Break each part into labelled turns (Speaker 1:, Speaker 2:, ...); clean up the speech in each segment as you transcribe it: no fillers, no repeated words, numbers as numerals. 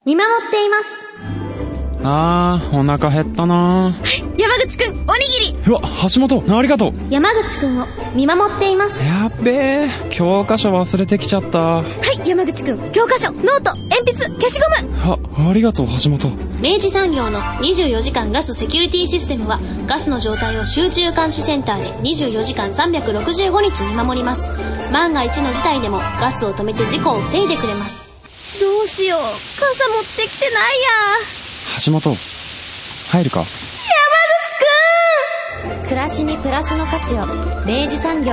Speaker 1: 見守っています。
Speaker 2: お腹減ったな。
Speaker 1: 山口くん、おにぎり。
Speaker 2: うわ、橋本、ありがとう。
Speaker 1: 山口くんを見守っています。
Speaker 2: やっべえ、教科書忘れてきちゃった。
Speaker 1: はい、山口くん、教科書、ノート、鉛筆、消しゴム。
Speaker 2: ありがとう、橋本。
Speaker 1: 明治産業の24時間ガスセキュリティシステムは、ガスの状態を集中監視センターで24時間365日見守ります。万が一の事態でもガスを止めて事故を防いでくれます。どうしよう、傘持ってきてないや。
Speaker 2: 橋本、入るか。
Speaker 1: 山口くん。暮らしにプラスの価値を。明治産業。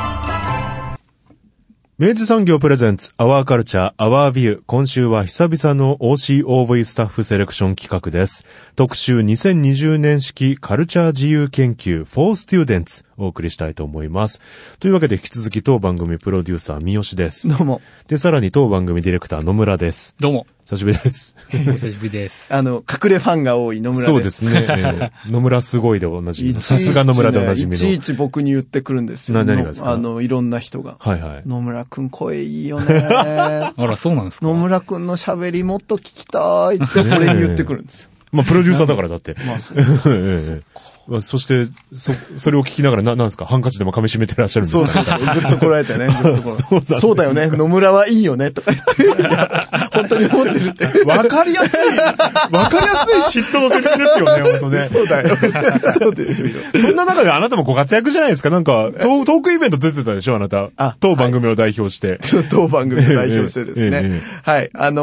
Speaker 3: 明治産業プレゼンツアワーカルチャーアワービュー。今週は久々の OCOV スタッフセレクション企画です。特集2020年式カルチャー自由研究 for Students お送りしたいと思います。というわけで引き続き当番組プロデューサー三好です。
Speaker 4: どうも。
Speaker 3: で、さらに当番組ディレクター野村です。
Speaker 5: どうも。
Speaker 3: 久しぶりです。
Speaker 5: お久しぶりです。
Speaker 4: 隠れファンが多い野村です。
Speaker 3: そうですね。野村すごいでおなじみの。さすが野村でおなじみの。
Speaker 4: いちいち僕に言ってくるんですよ。
Speaker 3: 何がですか？
Speaker 4: いろんな人が。
Speaker 3: はいはい。
Speaker 4: 野村くん声いいよね。
Speaker 5: あら、そうなんですか？
Speaker 4: 野村くんの喋りもっと聞きたいって俺に言ってくるんですよ。
Speaker 3: まあ、プロデューサーだからだって。
Speaker 4: まあ、そう。
Speaker 3: そして、それを聞きながら、なんですか、ハンカチでも噛み締めてらっしゃるんですか？
Speaker 4: そう。ぐっとこらえてね。そうだよね。野村はいいよね。とか言って。本当に思ってるって。
Speaker 3: わかりやすい嫉妬のセリフですよね、本当ね。
Speaker 4: そうだよ。そうですよ。
Speaker 3: そんな中であなたもご活躍じゃないですか。なんか、トークイベント出てたでしょ、あなた。当番組を代表して。
Speaker 4: 当番組を代表してですね。はい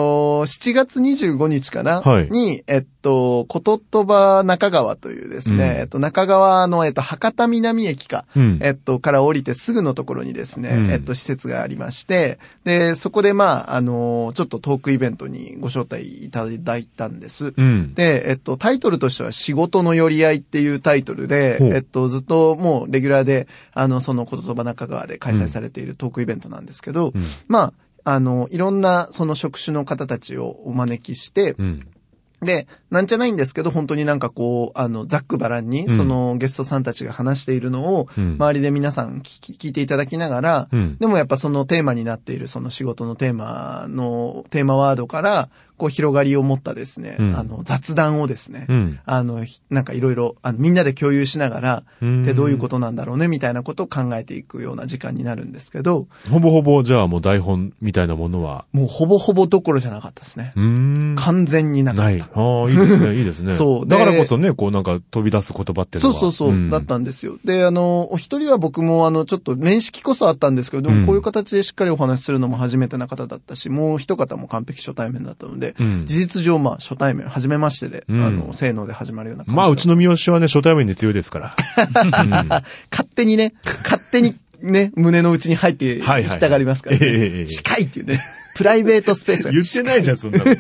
Speaker 4: 。7月25日かなに、こととば中川というですね、中川の、博多南駅か、から降りてすぐのところにですね、施設がありまして、で、そこでちょっとトークイベントにご招待いただいたんです。で、タイトルとしては仕事の寄り合いっていうタイトルで、ずっともうレギュラーで、そのこととば中川で開催されているトークイベントなんですけど、いろんなその職種の方たちをお招きして、で、なんじゃないんですけど、本当になんかこう、ざっくばらんに、そのゲストさんたちが話しているのを、周りで皆さん聞いていただきながら、でもやっぱそのテーマになっている、その仕事のテーマワードから、こう広がりを持ったですね、雑談をですね、なんかいろいろ、みんなで共有しながら、で、どういうことなんだろうね、みたいなことを考えていくような時間になるんですけど。
Speaker 3: ほぼほぼ、じゃあもう台本みたいなものは
Speaker 4: もうほぼほぼどころじゃなかったですね。完全になかった。
Speaker 3: ない。ああ、いいですね、いいですね。
Speaker 4: そう。
Speaker 3: だからこそね、こうなんか飛び出す言葉っていうのは。
Speaker 4: そう、だったんですよ。で、お一人は僕もちょっと面識こそあったんですけど、でもこういう形でしっかりお話しするのも初めてな方だったし、もう一方も完璧初対面だったので、事実上初対面、初めましてで、せーので始まるような感じ。
Speaker 3: うちの三好はね、初対面で強いですから。
Speaker 4: 勝手にね、胸の内に入って行きたがりますからね。近いっていうね。プライベートスペースが。
Speaker 3: 言ってないじゃん、そんなこと。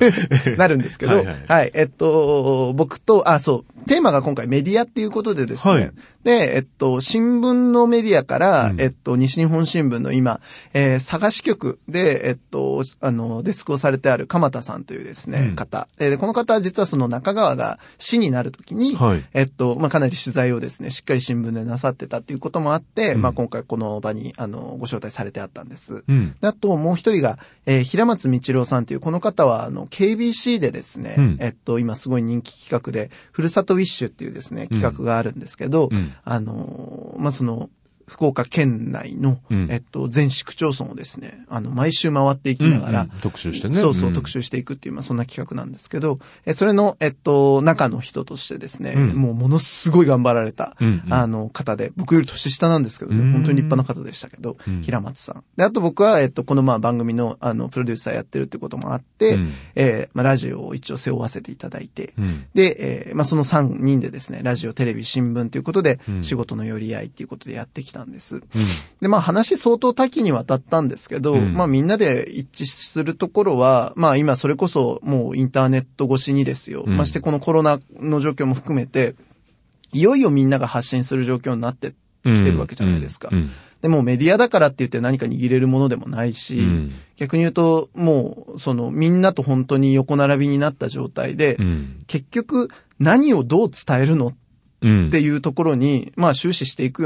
Speaker 4: なるんですけど、はい。僕と、テーマが今回メディアっていうことでですね。で、新聞のメディアから、西日本新聞の今、佐賀支局で、デスクをされてある鎌田さんというですね、方。で、この方は実はその中川が市になるときに、かなり取材をですね、しっかり新聞でなさってたっていうこともあって、今回この場に、ご招待されてあったんです。あと、もう一人が、平松道郎さんという、この方は、KBC でですね、今すごい人気企画で、ふるさとウィッシュっていうですね、企画があるんですけど、その、福岡県内の、全市区町村をですね、毎週回っていきながら、
Speaker 3: 特集してね。
Speaker 4: そう、特集していくっていう、そんな企画なんですけど、それの、中の人としてですね、もうものすごい頑張られた、方で、僕より年下なんですけどね、本当に立派な方でしたけど、平松さん。で、あと僕は、この番組の、プロデューサーやってるってこともあって、ラジオを一応背負わせていただいて、で、その3人でですね、ラジオ、テレビ、新聞ということで、仕事の寄り合いっていうことでやってきたんです。で、話相当多岐にわたったんですけど、みんなで一致するところは、今それこそもうインターネット越しにですよ。ましてこのコロナの状況も含めて、いよいよみんなが発信する状況になってきてるわけじゃないですか。でもメディアだからって言って何か握れるものでもないし、逆に言うともうみんなと本当に横並びになった状態で、結局何をどう伝えるのっていうところに、終始していくよねっ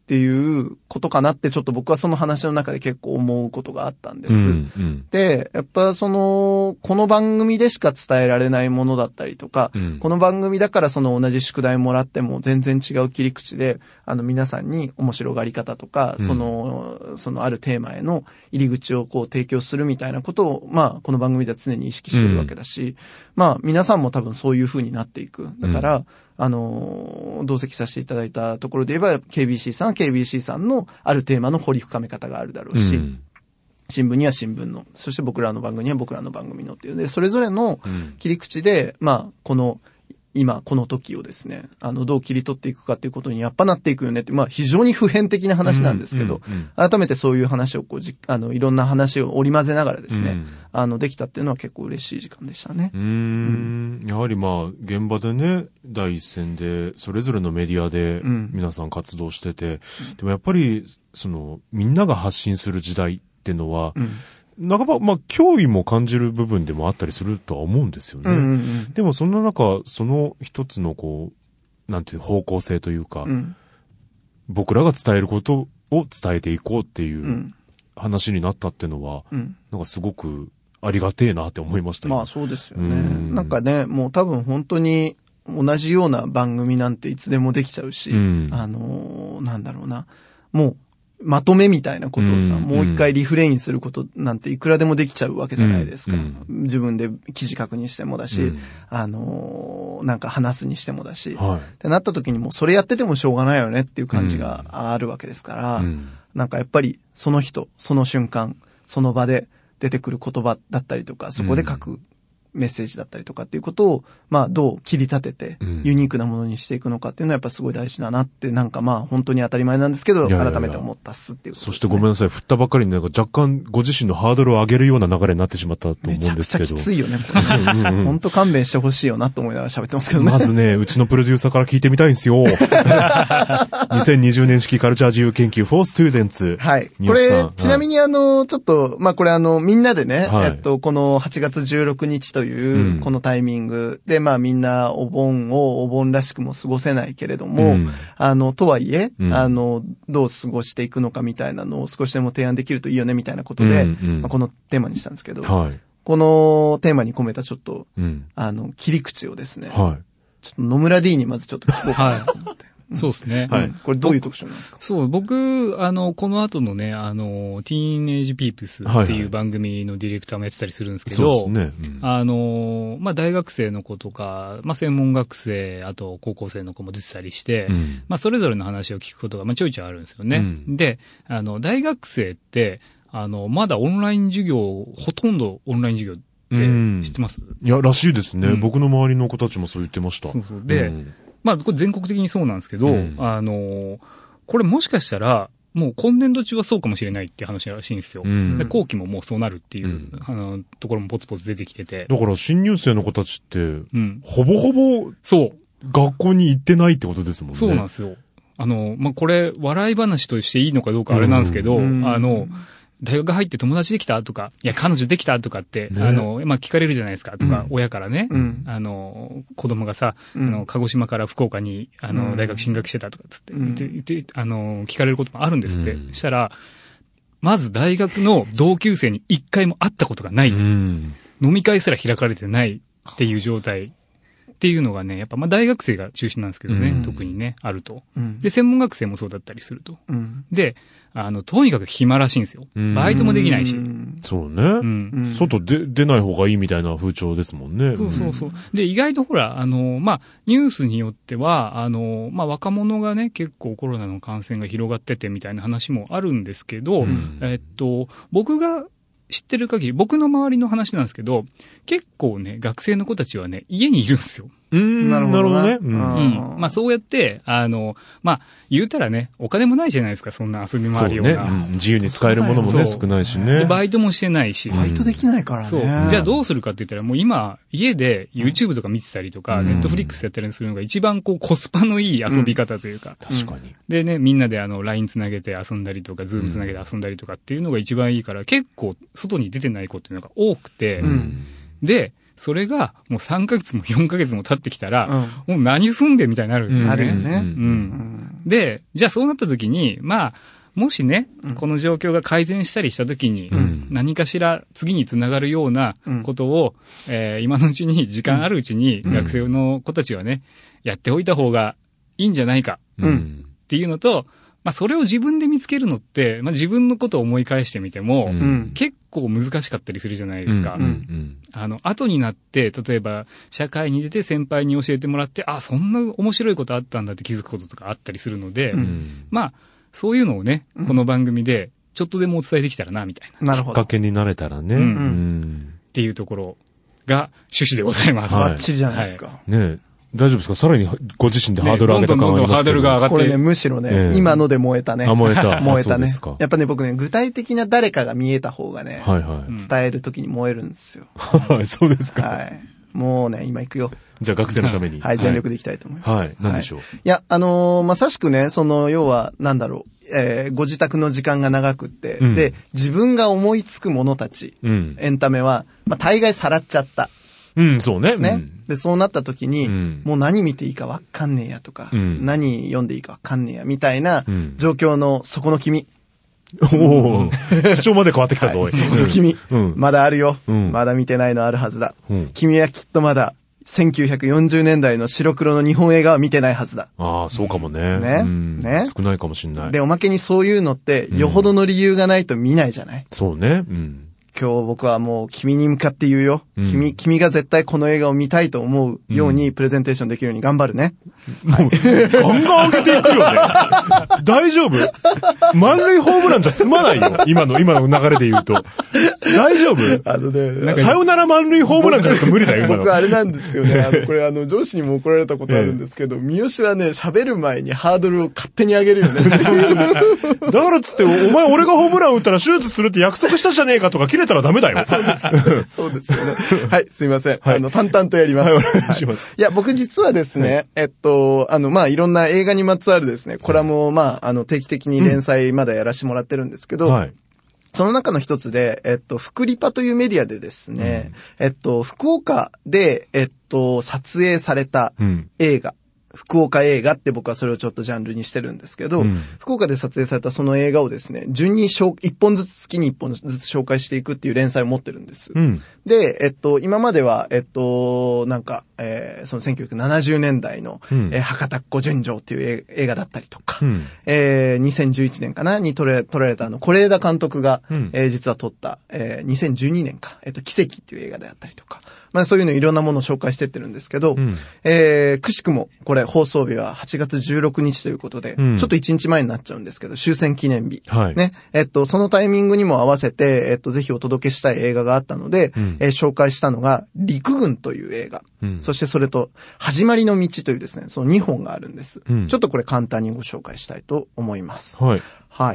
Speaker 4: っていうことかなってちょっと僕はその話の中で結構思うことがあったんです。で、やっぱこの番組でしか伝えられないものだったりとか、この番組だから同じ宿題もらっても全然違う切り口で、皆さんに面白がり方とか、そのあるテーマへの入り口を提供するみたいなことを、この番組では常に意識してるわけだし、皆さんも多分そういう風になっていく。だから、同席させていただいたところで言えば、KBC さんは KBC さんのあるテーマの掘り深め方があるだろうし、新聞には新聞の、そして僕らの番組には僕らの番組のっていうで、それぞれの切り口で、今この時をですね、どう切り取っていくかっていうことにやっぱなっていくよねって、非常に普遍的な話なんですけど、改めてそういう話をいろんな話を織り交ぜながらですね、できたっていうのは結構嬉しい時間でしたね。
Speaker 3: やはり現場でね、第一線で、それぞれのメディアで皆さん活動してて、でもやっぱり、みんなが発信する時代っていうのは、半ば、脅威も感じる部分でもあったりするとは思うんですよね。でもそんな中、その一つのなんていう方向性というか、僕らが伝えることを伝えていこうっていう話になったっていうのは、なんかすごくありがてえなって思いました。
Speaker 4: そうですよね。なんかね、もう多分本当に同じような番組なんていつでもできちゃうし、なんだろうな、もう、まとめみたいなことをさ、もう一回リフレインすることなんていくらでもできちゃうわけじゃないですか。自分で記事書くにしてもだし、なんか話すにしてもだし、ってなった時にもうそれやっててもしょうがないよねっていう感じがあるわけですから、なんかやっぱりその人、その瞬間、その場で出てくる言葉だったりとか、そこで書くメッセージだったりとかっていうことを、どう切り立てて、ユニークなものにしていくのかっていうのはやっぱすごい大事だなって、なんか本当に当たり前なんですけど、改めて思ったっすっていうことですね。
Speaker 3: そしてごめんなさい、振ったばっかりに若干ご自身のハードルを上げるような流れになってしまったと思うんですけど。
Speaker 4: めちゃくちゃきついよね、これ。本当勘弁してほしいよなと思いながら喋ってますけどね。
Speaker 3: まずね、うちのプロデューサーから聞いてみたいんですよ。2020年式カルチャー自由研究 for students。
Speaker 4: はい。これ、ちなみにちょっと、これみんなでね、この8月16日という、このタイミングで、みんなお盆らしくも過ごせないけれども、とはいえ、どう過ごしていくのかみたいなのを少しでも提案できるといいよねみたいなことで、このテーマにしたんですけど、このテーマに込めたちょっと、切り口をですね、ちょっと野村 D にまずちょっと聞こうかなと思って。
Speaker 5: そうですね。
Speaker 4: これどういう特徴なんですか？
Speaker 5: そう、僕、この後のね、ティーンエイジピープスっていう番組のディレクターもやってたりするんですけど、そうですね。大学生の子とか、専門学生、あと高校生の子も出てたりして、それぞれの話を聞くことが、ちょいちょいあるんですよね。で、大学生って、まだオンライン授業、ほとんどオンライン授業って知ってます？
Speaker 3: いや、らしいですね。僕の周りの子たちもそう言ってました。
Speaker 5: そうそう。で、これ全国的にそうなんですけど、これもしかしたら、もう今年度中はそうかもしれないっていう話らしいんですよ。で後期ももうそうなるっていう、ところもポツポツ出てきてて。
Speaker 3: だから新入生の子たちって、ほぼほぼ、学校に行ってないってことですもんね。
Speaker 5: そうなんですよ。これ、笑い話としていいのかどうかあれなんですけど、大学入って友達できたとか、いや、彼女できたとかって、聞かれるじゃないですか、とか、親からね、子供がさ、鹿児島から福岡に、大学進学してたとかつって、聞かれることもあるんですって。したら、まず大学の同級生に一回も会ったことがない。飲み会すら開かれてないっていう状態。っていうのがね、やっぱ大学生が中心なんですけどね、特にね、あると。で、専門学生もそうだったりすると。で、とにかく暇らしいんですよ。バイトもできないし。
Speaker 3: そうね。外出ない方がいいみたいな風潮ですもんね。
Speaker 5: そうそうそう。で、意外とほら、ニュースによっては、若者がね、結構コロナの感染が広がっててみたいな話もあるんですけど、僕が知ってる限り、僕の周りの話なんですけど、結構ね、学生の子たちはね、家にいるんですよ。
Speaker 4: なるほどね。
Speaker 5: そうやって、言うたらね、お金もないじゃないですか、そんな遊び回るような。
Speaker 3: 自由に使えるものもね、少ないしね。
Speaker 5: バイトもしてないし。
Speaker 4: バイトできないからね。
Speaker 5: そう。じゃあどうするかって言ったら、もう今、家で YouTube とか見てたりとか、Netflix やったりするのが一番コスパのいい遊び方というか。
Speaker 3: 確かに。
Speaker 5: でね、みんなでLINE つなげて遊んだりとか、Zoom つなげて遊んだりとかっていうのが一番いいから、結構外に出てない子っていうのが多くて、で、それがもう3ヶ月も4ヶ月も経ってきたら、もう何すんべみたいになるんですよね。
Speaker 4: あるよね。
Speaker 5: で、じゃあそうなった時に、もしね、この状況が改善したりした時に、何かしら次につながるようなことを、今のうちに、時間あるうちに、学生の子たちはね、やっておいた方がいいんじゃないか、っていうのと、それを自分で見つけるのって、自分のことを思い返してみても、結構難しかったりするじゃないですか。後になって、例えば、社会に出て先輩に教えてもらって、そんな面白いことあったんだって気づくこととかあったりするので、そういうのをね、この番組で、ちょっとでもお伝えできたらな、みたいな。
Speaker 3: なるほど。きっかけになれたらね。
Speaker 5: っていうところが趣旨でございます。
Speaker 4: バッチリじゃないですか。
Speaker 3: ね大丈夫ですか？さらにご自身でハードル上げた感じですけど。
Speaker 5: ハードルが上がって。
Speaker 4: これね、むしろね、今ので燃えたね。
Speaker 3: 燃えた。
Speaker 4: 燃えたね。やっぱね、僕ね、具体的な誰かが見えた方がね、伝えるときに燃えるんですよ。
Speaker 3: そうですか。
Speaker 4: はい。もうね、今行くよ。
Speaker 3: じゃあ学生のために。
Speaker 4: はい、全力でいきたいと思います。
Speaker 3: はい。何でしょう。
Speaker 4: いや、まさしくね、要は、ご自宅の時間が長くって、で、自分が思いつくものたち、エンタメは、大概さらっちゃった。
Speaker 3: そうね。
Speaker 4: ね。で、そうなった時に、もう何見ていいかわかんねえやとか、何読んでいいかわかんねえや、みたいな状況のそこの君。
Speaker 3: お口調まで変わってきたぞ、おい。
Speaker 4: そこの君。まだあるよ。まだ見てないのあるはずだ。君はきっとまだ、1940年代の白黒の日本映画は見てないはずだ。
Speaker 3: そうかもね。
Speaker 4: ね。
Speaker 3: 少ないかもしんない。
Speaker 4: で、おまけにそういうのって、よほどの理由がないと見ないじゃない。
Speaker 3: そうね。
Speaker 4: 今日僕はもう君に向かって言うよ。君が絶対この映画を見たいと思うようにプレゼンテーションできるように頑張るね。
Speaker 3: ガンガン上げていくよね。大丈夫？満塁ホームランじゃ済まないよ。今の流れで言うと。大丈夫？さよなら満塁ホームランじゃないと無理だよ、今の。
Speaker 4: 僕あれなんですよね。これ上司にも怒られたことあるんですけど、三好はね、喋る前にハードルを勝手に上げるよね。だ
Speaker 3: からっつって、お前俺がホームラン打ったら手術するって約束したじゃねえかとか切れたらダメだよ。
Speaker 4: そうですよね。はい、すいません。淡々とやります。
Speaker 3: はい、お願いします。
Speaker 4: いや、僕実はですね、いろんな映画にまつわるですね、コラムを定期的に連載まだやらせてもらってるんですけど、その中の一つで、福リパというメディアでですね、福岡で、撮影された映画、福岡映画って僕はそれをちょっとジャンルにしてるんですけど、福岡で撮影されたその映画をですね、順に一本ずつ月に一本ずつ紹介していくっていう連載を持ってるんです。で、今までは、その1970年代の、博多っ子純情っていう映画だったりとか、2011年かなに撮られた是枝監督が、実は撮った、2012年か、奇跡っていう映画であったりとか、そういうのいろんなものを紹介してってるんですけど、くしくも、これ放送日は8月16日ということで、ちょっと1日前になっちゃうんですけど、終戦記念日。ね。そのタイミングにも合わせて、ぜひお届けしたい映画があったので、紹介したのが、陸軍という映画。そしてそれと、始まりの道というですね、その2本があるんです。ちょっとこれ簡単にご紹介したいと思います。はい。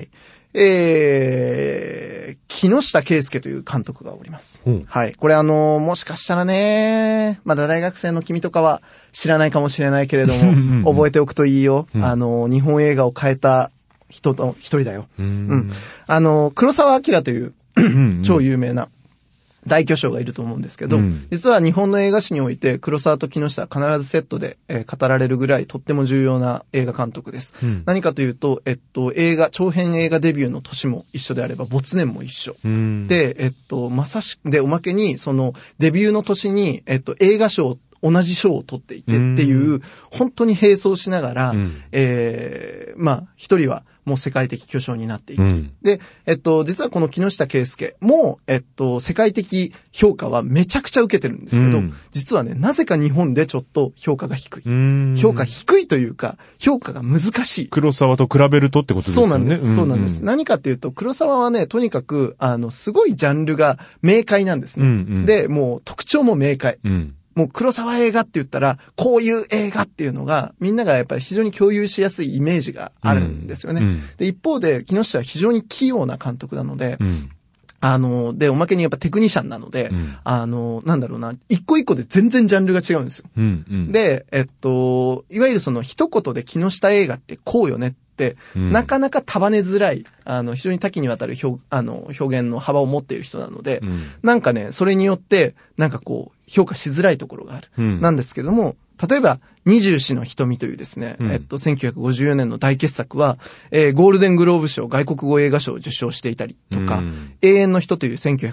Speaker 4: 木下圭介という監督がおります。はい。これもしかしたらね、まだ大学生の君とかは知らないかもしれないけれども、覚えておくといいよ。日本映画を変えた人の一人だよ。黒澤明という超有名な大巨匠がいると思うんですけど、実は日本の映画史において黒沢と木下は必ずセットで、語られるぐらいとっても重要な映画監督です。何かというと、長編映画デビューの年も一緒であれば没年も一緒。で、まさしく、で、おまけに、そのデビューの年に、映画賞同じ賞を取っていてっていう、本当に並走しながら、一人はもう世界的巨匠になっていき、で、実はこの木下圭介も、世界的評価はめちゃくちゃ受けてるんですけど、実はね、なぜか日本でちょっと評価が低い。評価低いというか、評価が難しい。
Speaker 3: 黒沢と比べるとってことですよね。
Speaker 4: そうなんです。そうなんです。何かっていうと、黒沢はね、とにかく、すごいジャンルが明快なんですね。で、もう特徴も明快。もう黒沢映画って言ったら、こういう映画っていうのが、みんながやっぱり非常に共有しやすいイメージがあるんですよね。で、一方で、木下は非常に器用な監督なので、で、おまけにやっぱテクニシャンなので、一個一個で全然ジャンルが違うんですよ。で、いわゆるその一言で木下映画ってこうよねって、なかなか束ねづらい、非常に多岐にわたる表現の幅を持っている人なので、なんかね、それによって、なんかこう、評価しづらいところがある。なんですけども、 例えば、二十四の瞳というですね、1954年の大傑作は、ゴールデングローブ賞外国語映画賞を受賞していたりとか、永遠の人という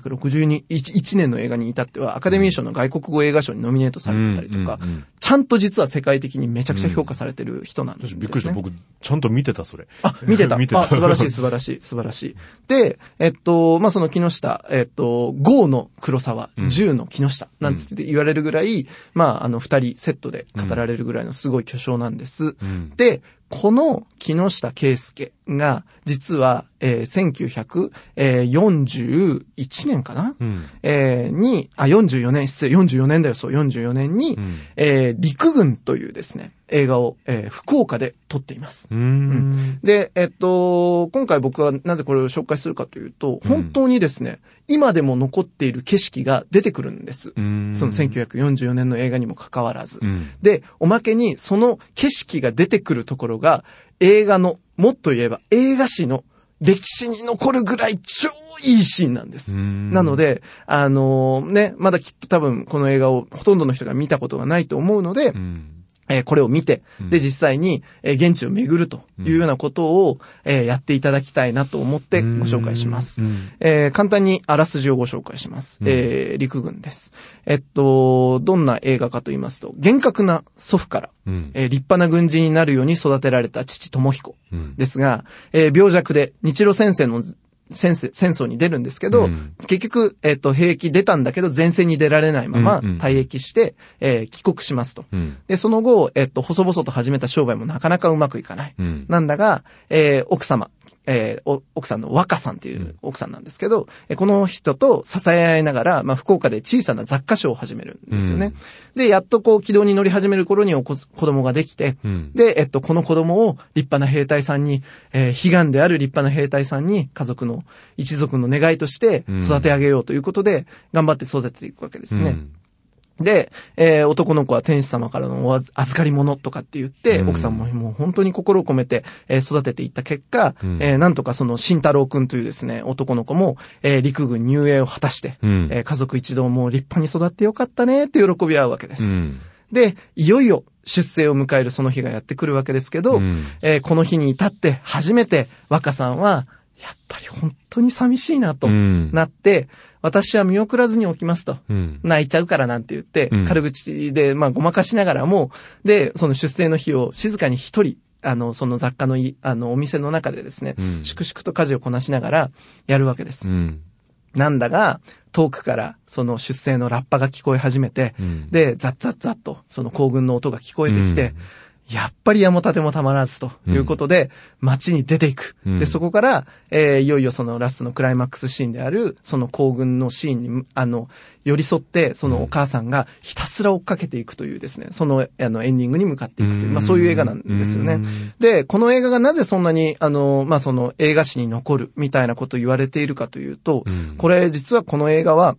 Speaker 4: 1961年の映画に至っては、アカデミー賞の外国語映画賞にノミネートされてたりとか、ちゃんと実は世界的にめちゃくちゃ評価されてる人なんですね。
Speaker 3: びっくりした。僕、ちゃんと見てた、それ。
Speaker 4: 見てた。素晴らしい、素晴らしい、素晴らしい。で、まあ、その木下、5の黒沢、10の木下、なんつって言われるぐらい、まあ、二人セットで語られるぐらいのすごい巨匠なんです。で、この木下圭介が、実は、1941年かな、44年、44年だよ、そう、44年に、陸軍というですね、映画を、福岡で撮っています。で、今回僕はなぜこれを紹介するかというと、本当にですね、今でも残っている景色が出てくるんです。その1944年の映画にもかかわらず。で、おまけにその景色が出てくるところが、映画の、もっと言えば映画史の歴史に残るぐらい超いいシーンなんです。なので、ね、まだきっと多分この映画をほとんどの人が見たことがないと思うので、これを見て、で、実際に、現地を巡るというようなことを、やっていただきたいなと思ってご紹介します。簡単にあらすじをご紹介します。陸軍です。どんな映画かと言いますと、厳格な祖父から、立派な軍人になるように育てられた父智彦ですが、病弱で日露戦争に出るんですけど、結局、兵役出たんだけど前線に出られないまま退役して、帰国しますと。で、その後、細々と始めた商売もなかなかうまくいかない。なんだが、奥さんの若さんっていう奥さんなんですけど、この人と支え合いながら、まあ、福岡で小さな雑貨商を始めるんですよね。で、やっとこう軌道に乗り始める頃に子供ができて、で、この子供を立派な兵隊さんに、悲願である立派な兵隊さんに一族の願いとして育て上げようということで、頑張って育てていくわけですね。で、男の子は天使様からの預かり物とかって言って、奥さんももう本当に心を込めて、育てていった結果、なんとかその慎太郎くんというですね、男の子も、陸軍入営を果たして、家族一同もう立派に育ってよかったねって喜び合うわけです。で、いよいよ出征を迎えるその日がやってくるわけですけど、この日に至って初めて若さんは、やっぱり本当に寂しいなとなって、私は見送らずに起きますと。泣いちゃうからなんて言って、軽口で、まあ、ごまかしながらも、で、その出征の日を静かに一人、その雑貨のお店の中でですね、粛々と家事をこなしながらやるわけです。なんだが、遠くからその出征のラッパが聞こえ始めて、で、ザッザッザッとその行軍の音が聞こえてきて、やっぱり矢も盾もたまらずということで、街に出ていく。で、そこから、いよいよそのラストのクライマックスシーンである、その行軍のシーンに、寄り添って、そのお母さんがひたすら追っかけていくというですね、その、エンディングに向かっていくという、まあそういう映画なんですよね。で、この映画がなぜそんなに、まあその映画史に残るみたいなことを言われているかというと、これ実はこの映画は、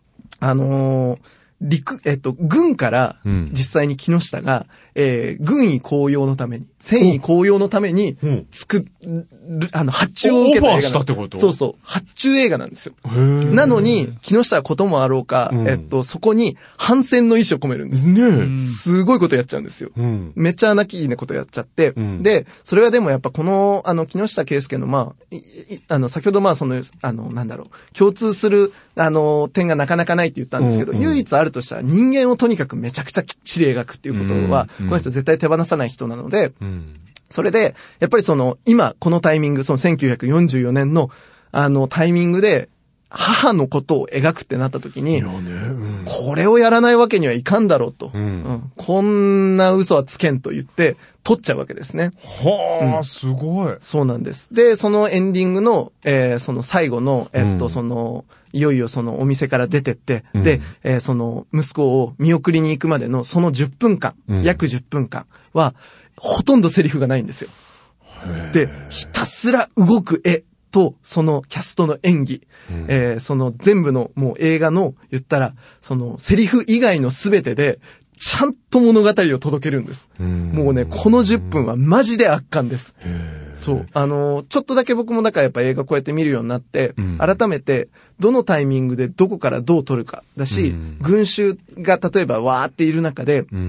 Speaker 4: 軍から実際に木下が、軍医公用のために、戦意公用のために発注を受けた映画。
Speaker 3: オファーしたってこと？
Speaker 4: そうそう。発注映画なんですよ。なのに、木下はこともあろうか、そこに反戦の意思を込めるんです。
Speaker 3: ね
Speaker 4: すごいことやっちゃうんですよ。めっちゃアナキーなことやっちゃって。で、それはでもやっぱこの、木下圭介の、まあ、先ほどまあその、なんだろう、共通する、点がなかなかないって言ったんですけど、唯一あるとしたら人間をとにかくめちゃくちゃきっちり描くっていうことは、この人絶対手放さない人なので、それで、やっぱりその、今、このタイミング、その1944年の、タイミングで、母のことを描くってなった時に、これをやらないわけにはいかんだろうと。こんな嘘はつけんと言って、撮っちゃうわけですね。
Speaker 3: はあ、すごい。
Speaker 4: そうなんです。で、そのエンディングの、その最後の、その、いよいよそのお店から出てって、で、その息子を見送りに行くまでのその10分間、約10分間は、ほとんどセリフがないんですよ。で、ひたすら動く絵と、そのキャストの演技、その全部のもう映画の言ったら、そのセリフ以外のすべてで、ちゃんと物語を届けるんです。もうね、この10分はマジで圧巻です。そう。ちょっとだけ僕もだからやっぱ映画こうやって見るようになって、改めて、どのタイミングでどこからどう撮るかだし、群衆が例えばわーっている中で、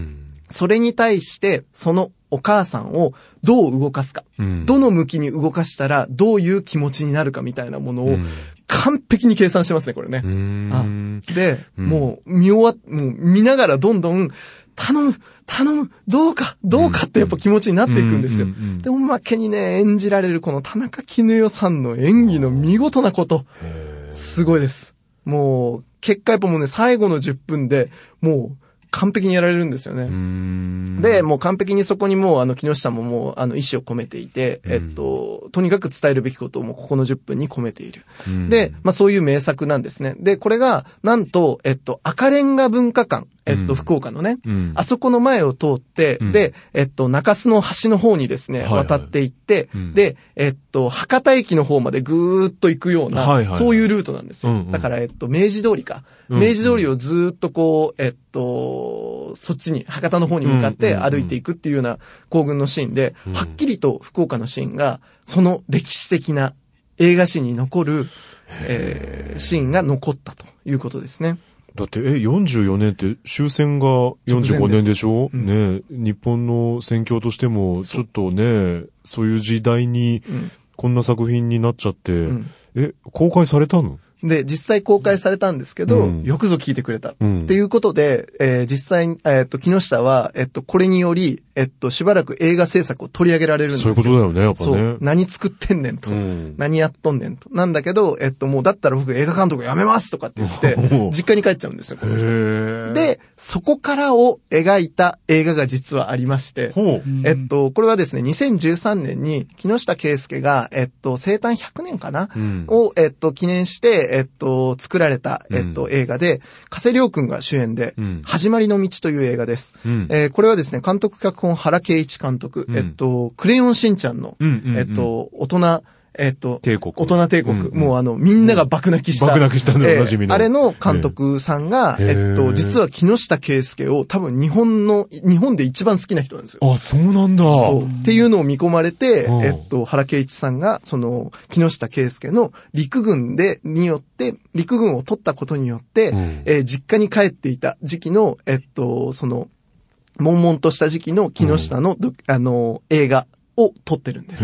Speaker 4: それに対して、そのお母さんをどう動かすか、どの向きに動かしたらどういう気持ちになるかみたいなものを完璧に計算してますね、これね。で、もうもう見ながらどんどん頼む、どうかってやっぱ気持ちになっていくんですよ。で、おまけにね、演じられるこの田中絹代さんの演技の見事なこと、すごいです。もう、結果やっぱもうね、最後の10分で、もう、完璧にやられるんですよね。で、もう完璧にそこにもう、木下ももう、意思を込めていて、とにかく伝えるべきことをもうここの10分に込めている。で、そういう名作なんですね。で、これが、なんと、赤レンガ文化館、福岡のね、あそこの前を通って、で、中洲の橋の方にですね、渡っていって、で、博多駅の方までぐーっと行くような、そういうルートなんですよ。だから、明治通りか。明治通りをずーっとこう、そっちに、博多の方に向かって歩いていくっていうような行軍のシーンで、はっきりと福岡のシーンが、その歴史的な映画史に残る、シーンが残ったということですね。
Speaker 3: だって、44年って終戦が45年でしょ、ね、日本の戦況としても、ちょっとね、そういう時代に、こんな作品になっちゃって、公開されたの？
Speaker 4: で、実際公開されたんですけど、よくぞ聞いてくれた。っていうことで、実際、木下は、これにより、しばらく映画制作を取り上げられるんですよ。
Speaker 3: そういうことだよね、やっぱね。そう。
Speaker 4: 何作ってんねんと。何やっとんねんと。なんだけど、もうだったら僕映画監督辞めますとかって言って、実家に帰っちゃうんですよ、この人。で、そこからを描いた映画が実はありまして、これはですね、2013年に木下圭介が、生誕100年かな、を、記念して、作られた、映画で、加瀬亮君が主演で、始まりの道という映画です。これはですね、監督脚本原敬一監督、クレヨンしんちゃんの、大人帝国。もうみんなが爆泣きした。
Speaker 3: 爆泣きしたのおなじみの。
Speaker 4: あれの監督さんが、実は木下圭介を多分日本で一番好きな人なんですよ。
Speaker 3: あ、そうなんだ。
Speaker 4: そう。っていうのを見込まれて、原敬一さんが、その、木下圭介の陸軍を取ったことによって、実家に帰っていた時期の、その、悶々とした時期の木下の、映画を撮ってるんです。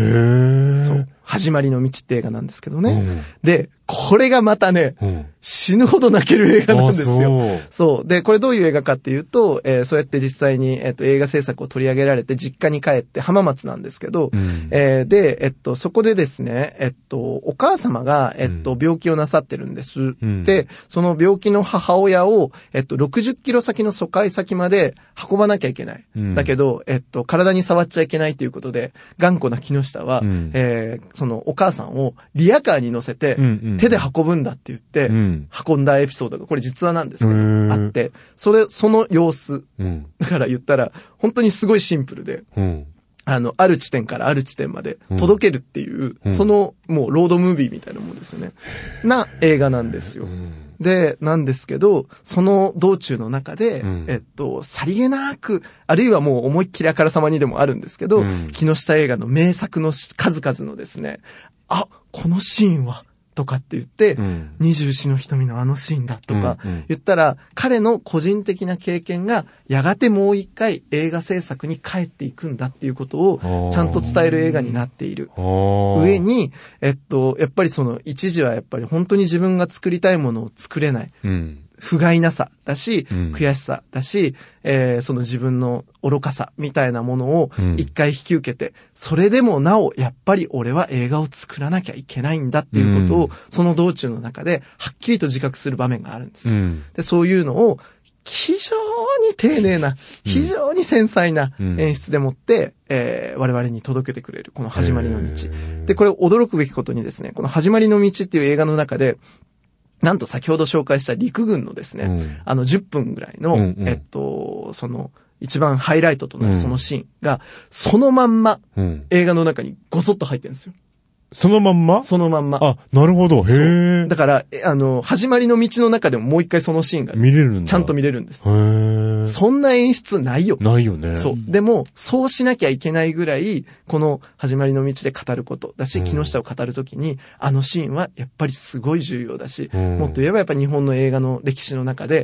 Speaker 4: そう。始まりの道って映画なんですけどね。で、これがまたね、死ぬほど泣ける映画なんですよ。そう。で、これどういう映画かっていうと、そうやって実際に、映画制作を取り上げられて実家に帰って浜松なんですけど、で、そこでですね、お母様が、病気をなさってるんです。で、その病気の母親を、60キロ先の疎開先まで運ばなきゃいけない。だけど、体に触っちゃいけないということで、頑固な木下は、そのお母さんをリヤカーに乗せて、手で運ぶんだって言って、運んだエピソードが、これ実話なんですけど、あって、その様子、だから言ったら、本当にすごいシンプルで、ある地点からある地点まで届けるっていう、その、もうロードムービーみたいなもんですよね。な映画なんですよ。で、なんですけど、その道中の中で、さりげなく、あるいはもう思いっきりあからさまにでもあるんですけど、木下映画の名作の数々のですね、あ、このシーンは、とかって言って、二十四の瞳のあのシーンだとか言ったら、彼の個人的な経験がやがてもう一回映画制作に帰っていくんだっていうことをちゃんと伝える映画になっている上に、やっぱりその一時はやっぱり本当に自分が作りたいものを作れない。不甲斐なさだし、悔しさだし、その自分の愚かさみたいなものを一回引き受けて、それでもなお、やっぱり俺は映画を作らなきゃいけないんだっていうことを、その道中の中ではっきりと自覚する場面があるんですよ。で、そういうのを、非常に丁寧な、非常に繊細な演出でもって、我々に届けてくれる、この始まりの道。で、これ驚くべきことにですね、この始まりの道っていう映画の中で、なんと先ほど紹介した陸軍のですね、10分ぐらいの、その、一番ハイライトとなるそのシーンが、そのまんま、映画の中にごそっと入ってるんですよ。
Speaker 3: そのまんま？
Speaker 4: そのまんま。
Speaker 3: あ、なるほど。へえ。
Speaker 4: だから、始まりの道の中でももう一回そのシーンが、
Speaker 3: 見れるんだ。
Speaker 4: ちゃんと見れるんです。
Speaker 3: へえ。
Speaker 4: そんな演出ないよ。
Speaker 3: ないよね。
Speaker 4: そう。でも、そうしなきゃいけないぐらい、この始まりの道で語ることだし、木下を語るときに、あのシーンはやっぱりすごい重要だし、もっと言えばやっぱ日本の映画の歴史の中で、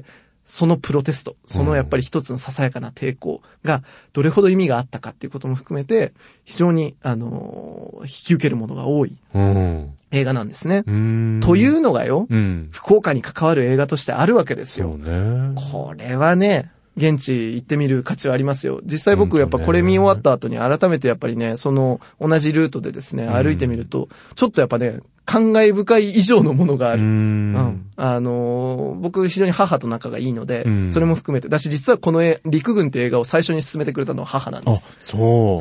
Speaker 4: そのプロテスト、そのやっぱり一つのささやかな抵抗がどれほど意味があったかっていうことも含めて、非常に、引き受けるものが多い映画なんですね。というのがよ、福岡に関わる映画としてあるわけですよ。これはね、現地行ってみる価値はありますよ。実際僕やっぱこれ見終わった後に改めてやっぱりね、その同じルートでですね、歩いてみると、ちょっとやっぱね、感慨深い以上のものがある。僕非常に母と仲がいいので、それも含めて、だし実はこの陸軍って映画を最初に進めてくれたのは母なんです。
Speaker 3: そう。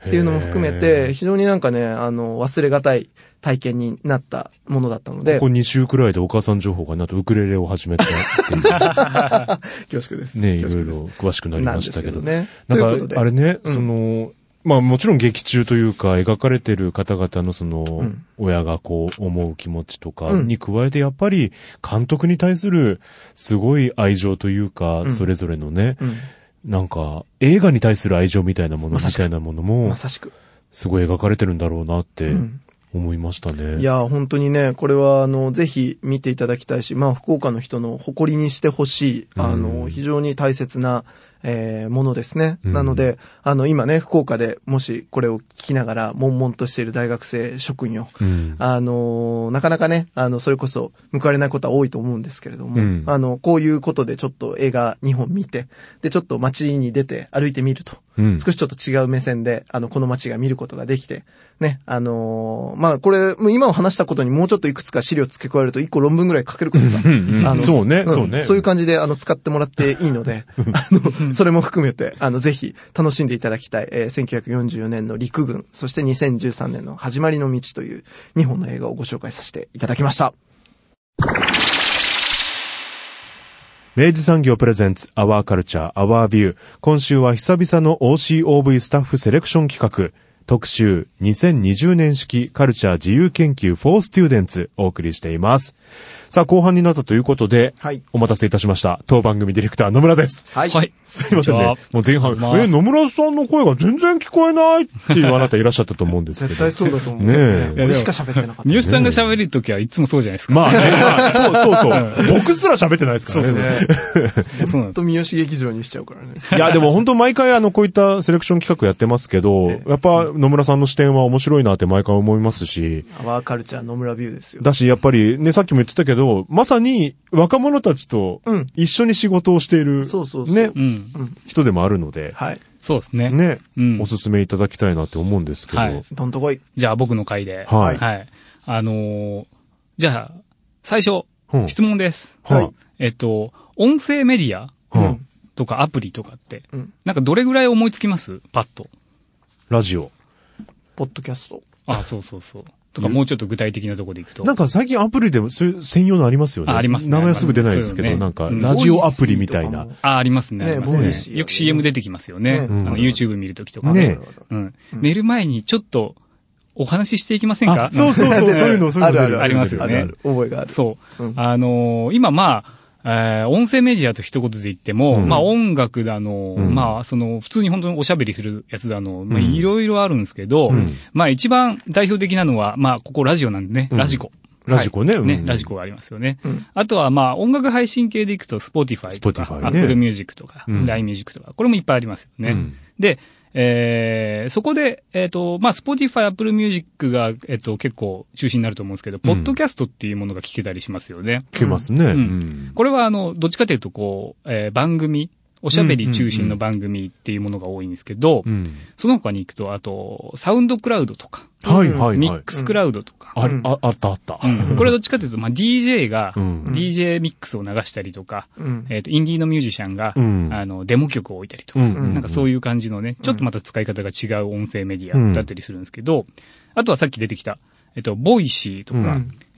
Speaker 4: っていうのも含めて、非常になんかね、忘れがたい体験になったものだったので。
Speaker 3: ここ2週くらいでお母さん情報がなとウクレレを始めたっていう。
Speaker 4: 恐縮です。
Speaker 3: ね、いろいろ詳しくなりましたけど。
Speaker 4: ね。
Speaker 3: なんか、あれね、まあもちろん劇中というか描かれてる方々のその、親がこう思う気持ちとかに加えてやっぱり監督に対するすごい愛情というか、それぞれのね、なんか映画に対する愛情みたいなものみたいなものも、すごい描かれてるんだろうなって思いましたね。
Speaker 4: いや、本当にね、これはぜひ見ていただきたいし、まあ福岡の人の誇りにしてほしい、非常に大切なものですね。なので、今ね、福岡でもしこれを聞きながら、悶々としている大学生諸君よ。なかなかね、それこそ報われないことは多いと思うんですけれども、こういうことでちょっと映画2本見て、で、ちょっと街に出て歩いてみると、少しちょっと違う目線で、この街が見ることができて、ね、まあ、これ、今を話したことにもうちょっといくつか資料付け加えると1個論文ぐらい書けるからさ。
Speaker 3: そうね、そうね。
Speaker 4: そういう感じで、使ってもらっていいので、それも含めて、ぜひ楽しんでいただきたい、1944年の陸軍、そして2013年の始まりの道という2本の映画をご紹介させていただきました。
Speaker 3: 明治産業プレゼンツアワーカルチャーアワービュー。今週は久々の OCOV スタッフセレクション企画。特集2020年式カルチャー自由研究 for Students お送りしています。さあ後半になったということで、お待たせいたしました。当番組ディレクター野村です。
Speaker 4: はい。
Speaker 3: すいませんね。もう前半、野村さんの声が全然聞こえないっていうあなたいらっしゃったと思うんですけど。
Speaker 4: 絶対そうだと思う。
Speaker 3: ねえ。
Speaker 4: 俺しか喋ってなかった。
Speaker 5: 三好さんが喋るときはいつもそうじゃないですか。
Speaker 3: まあね。そう。僕すら喋ってないですからね。
Speaker 4: そうね。三好劇場にしちゃうからね。
Speaker 3: いやでも本当毎回こういったセレクション企画やってますけど、やっぱ野村さんの視点は面白いなって毎回思いますし。
Speaker 4: アワーカルチャー野村ビューですよ。
Speaker 3: だしやっぱりね、さっきも言ってたけど、まさに若者たちと一緒に仕事をしている、ね、人でもあるので、
Speaker 4: はい。
Speaker 5: そうですね。
Speaker 3: ね、おすすめいただきたいなって思うんですけど。はい。
Speaker 4: どんとこい。
Speaker 5: じゃあ僕の回で。
Speaker 3: はい。
Speaker 5: はい。じゃあ、最初、質問です。
Speaker 4: はい。
Speaker 5: 音声メディアとかアプリとかって、なんかどれぐらい思いつきますパッと。
Speaker 3: ラジオ。
Speaker 4: ポッドキャスト。
Speaker 5: あ、そう。とかもうちょっと具体的なところでいくと。
Speaker 3: なんか最近アプリでも専用のありますよね。
Speaker 5: ありますね。
Speaker 3: 名前すぐ出ないですけど、なんかラジオアプリみたいな。
Speaker 5: ありますね。よく CM 出てきますよね。YouTube 見るときとかね。寝る前にちょっとお話ししていきませんか？
Speaker 3: そうそういうの
Speaker 5: ありますよね。
Speaker 4: 覚えがある。
Speaker 5: そう。今音声メディアと一言で言っても、音楽だの、普通に本当におしゃべりするやつだの、いろいろあるんですけど、一番代表的なのは、ここラジオなんでね、ラジコ。
Speaker 3: ラジコね。
Speaker 5: ラジコがありますよね。あとは音楽配信系でいくと、Spotify とか、Apple Music とか、LINE Music とか、これもいっぱいありますよね。で、そこで、Spotify、Apple Music が、結構中心になると思うんですけど、ポッドキャストっていうものが聞けたりしますよね。
Speaker 3: 聞けますね。
Speaker 5: これは、どっちかというと、番組、おしゃべり中心の番組っていうものが多いんですけど、その他に行くと、あと、サウンドクラウドとか、ミックスクラウドとか。
Speaker 3: あった。
Speaker 5: これどっちかというと、DJ が、DJ ミックスを流したりとか、インディーのミュージシャンが、デモ曲を置いたりとか、なんかそういう感じのね、ちょっとまた使い方が違う音声メディアだったりするんですけど、あとはさっき出てきた、ボイシーとか、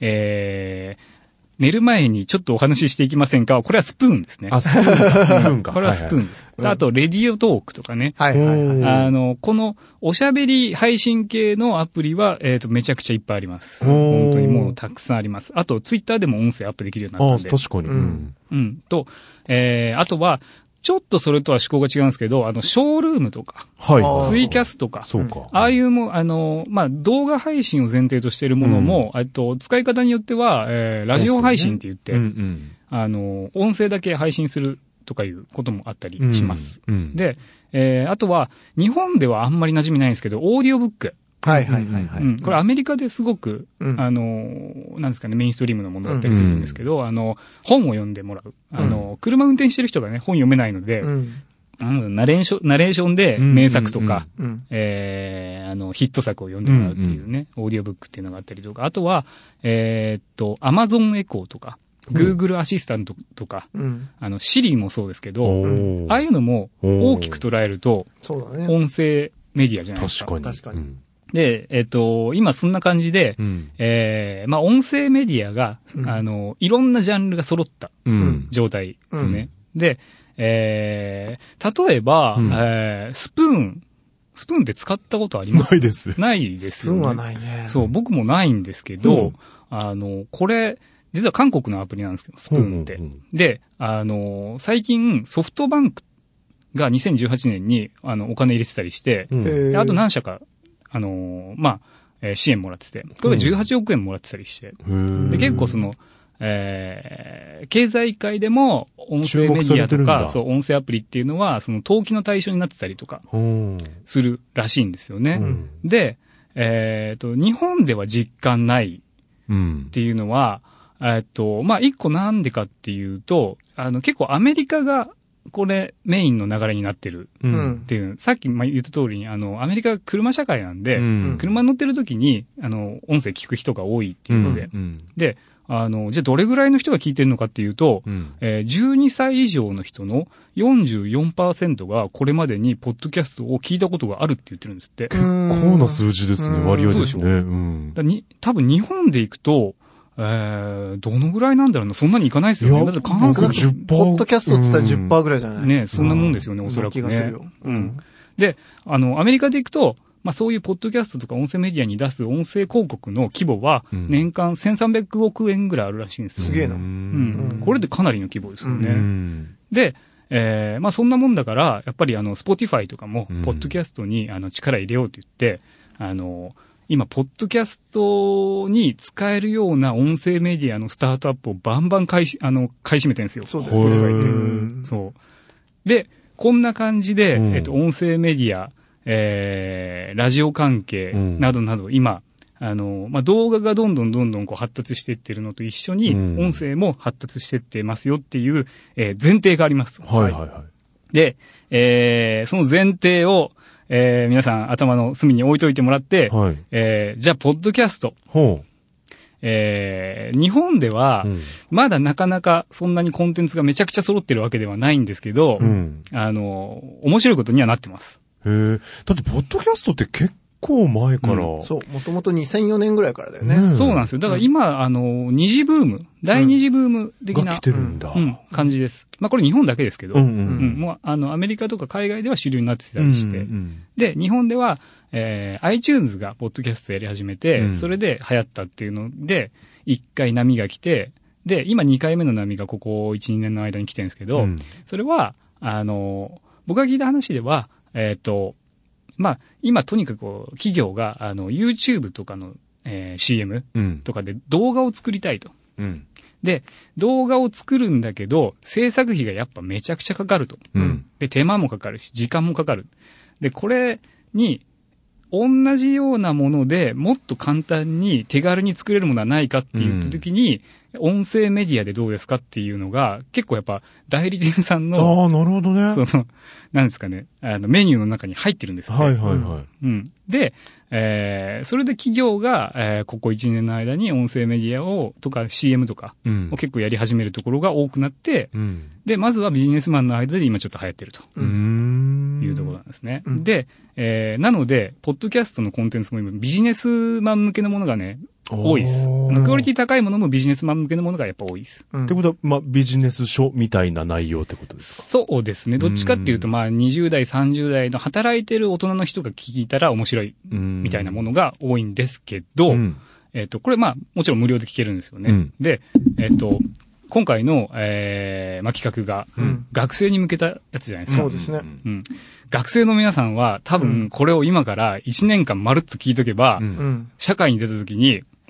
Speaker 5: 寝る前にちょっとお話ししていきませんか？これはスプーンですね。
Speaker 3: スプーンか。
Speaker 5: これはスプーンです。あと、レディオトークとかね。この、おしゃべり配信系のアプリは、めちゃくちゃいっぱいあります。本当にもうたくさんあります。あと、ツイッターでも音声アップできるようになったんで。
Speaker 3: 確かに。
Speaker 5: あとは、ちょっとそれとは思考が違うんですけど、ショールームとか、ツイキャスとか、ああいう動画配信を前提としているものも、使い方によっては、ラジオ配信って言って、 音声だけ配信するとかいうこともあったりします。で、あとは、日本ではあんまり馴染みないんですけど、オーディオブック。
Speaker 4: はいはいはいはい。
Speaker 5: これアメリカですごく、なんですかね、メインストリームのものだったりするんですけど、本を読んでもらう。車運転してる人がね、本読めないので、ナレーションで名作とか、ヒット作を読んでもらうっていうね、オーディオブックっていうのがあったりとか、あとは、Amazon エコーとか、Google アシスタントとか、Siri もそうですけど、ああいうのも大きく捉えると、音声メディアじゃないですか。
Speaker 3: 確かに。
Speaker 5: で、今そんな感じで、音声メディアが、いろんなジャンルが揃った状態ですね。で、例えば、スプーンって使ったことあります？
Speaker 3: ないです。
Speaker 5: ないですよね。
Speaker 4: スプーンはないね。
Speaker 5: そう、僕もないんですけど、これ、実は韓国のアプリなんですけど、スプーンって。で、最近ソフトバンクが2018年に、お金入れてたりして、あと何社か、支援もらってて、これが18億円もらってたりして、で、結構経済界でも音声メディアとか、そう、音声アプリっていうのは、登記の対象になってたりとか、するらしいんですよね。で、日本では実感ないっていうのは、一個なんでかっていうと、結構アメリカが、これメインの流れになってるっていう、さっき言った通りに、アメリカが車社会なんで、車に乗ってる時に、音声聞く人が多いっていうので、で、じゃあどれぐらいの人が聞いてるのかっていうと、12歳以上の人の 44% がこれまでにポッドキャストを聞いたことがあるって言ってるんですって。
Speaker 3: 結構な数字ですね、割合ですね。
Speaker 5: 多分日本で行くと、どのぐらいなんだろうな、そんなにいかないですよね。だって
Speaker 4: 過半数ポッドキャストって言ったら 10% ぐらいじゃない
Speaker 5: ね、そんなもんですよね、おそらくね。
Speaker 4: 気がするよ。
Speaker 5: で、アメリカで行くと、そういうポッドキャストとか音声メディアに出す音声広告の規模は年間1300億円ぐらいあるらしいんですよ。
Speaker 4: すげえな。
Speaker 5: これでかなりの規模ですよね。で、そんなもんだから、やっぱりSpotify とかも、ポッドキャストに力入れようと言って、今、ポッドキャストに使えるような音声メディアのスタートアップをバンバン買い占めてるんですよ。
Speaker 4: そうです、
Speaker 5: Spotify って。そう。で、こんな感じで、音声メディア、ラジオ関係などなど、今、動画がどんどんこう発達していってるのと一緒に、音声も発達していってますよっていう、前提があります。で、その前提を、皆さん頭の隅に置いといてもらって、じゃあ、ポッドキャスト。日本では、まだなかなかそんなにコンテンツがめちゃくちゃ揃ってるわけではないんですけど、面白いことにはなってます。
Speaker 3: だって、ポッドキャストって結構前から。
Speaker 4: そう、もともと2004年ぐらいからだよね。
Speaker 5: そうなんですよ。だから今、二次ブーム、第二次ブーム的な、
Speaker 3: 来てるんだ。
Speaker 5: 感じです。これ日本だけですけど、もうアメリカとか海外では主流になってたりして、で、日本では、iTunes がポッドキャストやり始めて、それで流行ったっていうので、一回波が来て、で、今2回目の波がここ1、2年の間に来てるんですけど、それは、僕が聞いた話では、今とにかく企業がYouTube とかの、CM とかで動画を作りたいと。で、動画を作るんだけど、制作費がやっぱめちゃくちゃかかると。で、手間もかかるし、時間もかかる。で、これに、同じようなものでもっと簡単に手軽に作れるものはないかって言ったときに、音声メディアでどうですかっていうのが、結構やっぱ代理店さんの、
Speaker 3: なるほどね。
Speaker 5: なんですかね、メニューの中に入ってるんですね。で、それで企業が、ここ1年の間に音声メディアを、とか CM とかを結構やり始めるところが多くなって、で、まずはビジネスマンの間で今ちょっと流行ってると。いうところなんですね。で、なので、ポッドキャストのコンテンツも今ビジネスマン向けのものがね、多いです。クオリティ高いものもビジネスマン向けのものがやっぱ多いです。
Speaker 3: ってことは、ビジネス書みたいな内容ってことですか？
Speaker 5: そうですね。どっちかっていうと、20代、30代の働いてる大人の人が聞いたら面白いみたいなものが多いんですけど、これもちろん無料で聞けるんですよね。で、今回の、企画が、学生に向けたやつじゃないですか。
Speaker 4: そうですね。
Speaker 5: 学生の皆さんは多分これを今から1年間まるっと聞いとけば、社会に出た時に、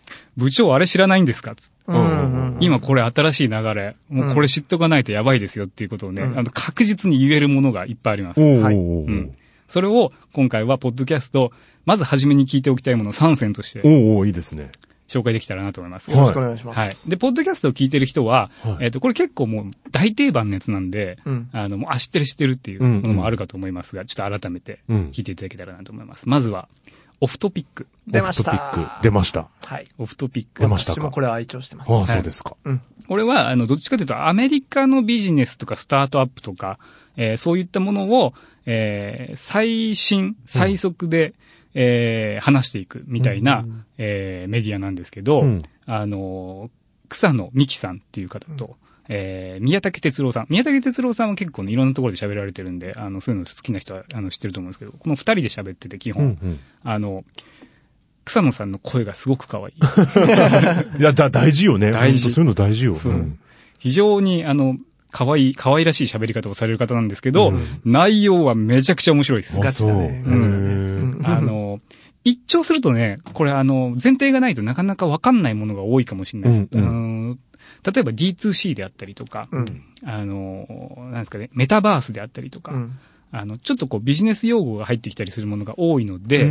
Speaker 5: 部長あれ知らないんですか？今これ新しい流れ。もうこれ知っとかないとやばいですよっていうことをね、確実に言えるものがいっぱいあります。はい。それを今回はポッドキャスト、まず初めに聞いておきたいもの3選として。
Speaker 3: いいですね。
Speaker 5: 紹介できたらなと思います。
Speaker 4: よろしくお願いします。
Speaker 5: はい。で、ポッドキャストを聞いてる人は、これ結構もう大定番のやつなんで、もう知ってるっていうものもあるかと思いますが、ちょっと改めて聞いていただけたらなと思います。まずは、オフトピック。
Speaker 4: 出ました。
Speaker 3: 出ました。
Speaker 4: はい。
Speaker 5: オフトピック。
Speaker 3: 出ましたか。
Speaker 4: 私もこれ愛聴してます。
Speaker 3: ああ、そうですか。
Speaker 5: これは、どっちかというと、アメリカのビジネスとかスタートアップとか、そういったものを、最速で、話していくみたいな、メディアなんですけど、草野美希さんっていう方と、宮武哲郎さん。宮武哲郎さんは結構ね、いろんなところで喋られてるんで、そういうの好きな人は、知ってると思うんですけど、この二人で喋ってて、基本、草野さんの声がすごく可愛い。
Speaker 3: いや、大事よね。
Speaker 5: 大事。
Speaker 3: そういうの大事よ。
Speaker 5: 非常に、可愛らしい喋り方をされる方なんですけど、内容はめちゃくちゃ面白いです。
Speaker 4: ガチだね。
Speaker 5: 一聴するとね、これ前提がないとなかなかわかんないものが多いかもしれないです。例えば D2C であったりとか、なんですかね、メタバースであったりとか、ちょっとこうビジネス用語が入ってきたりするものが多いので、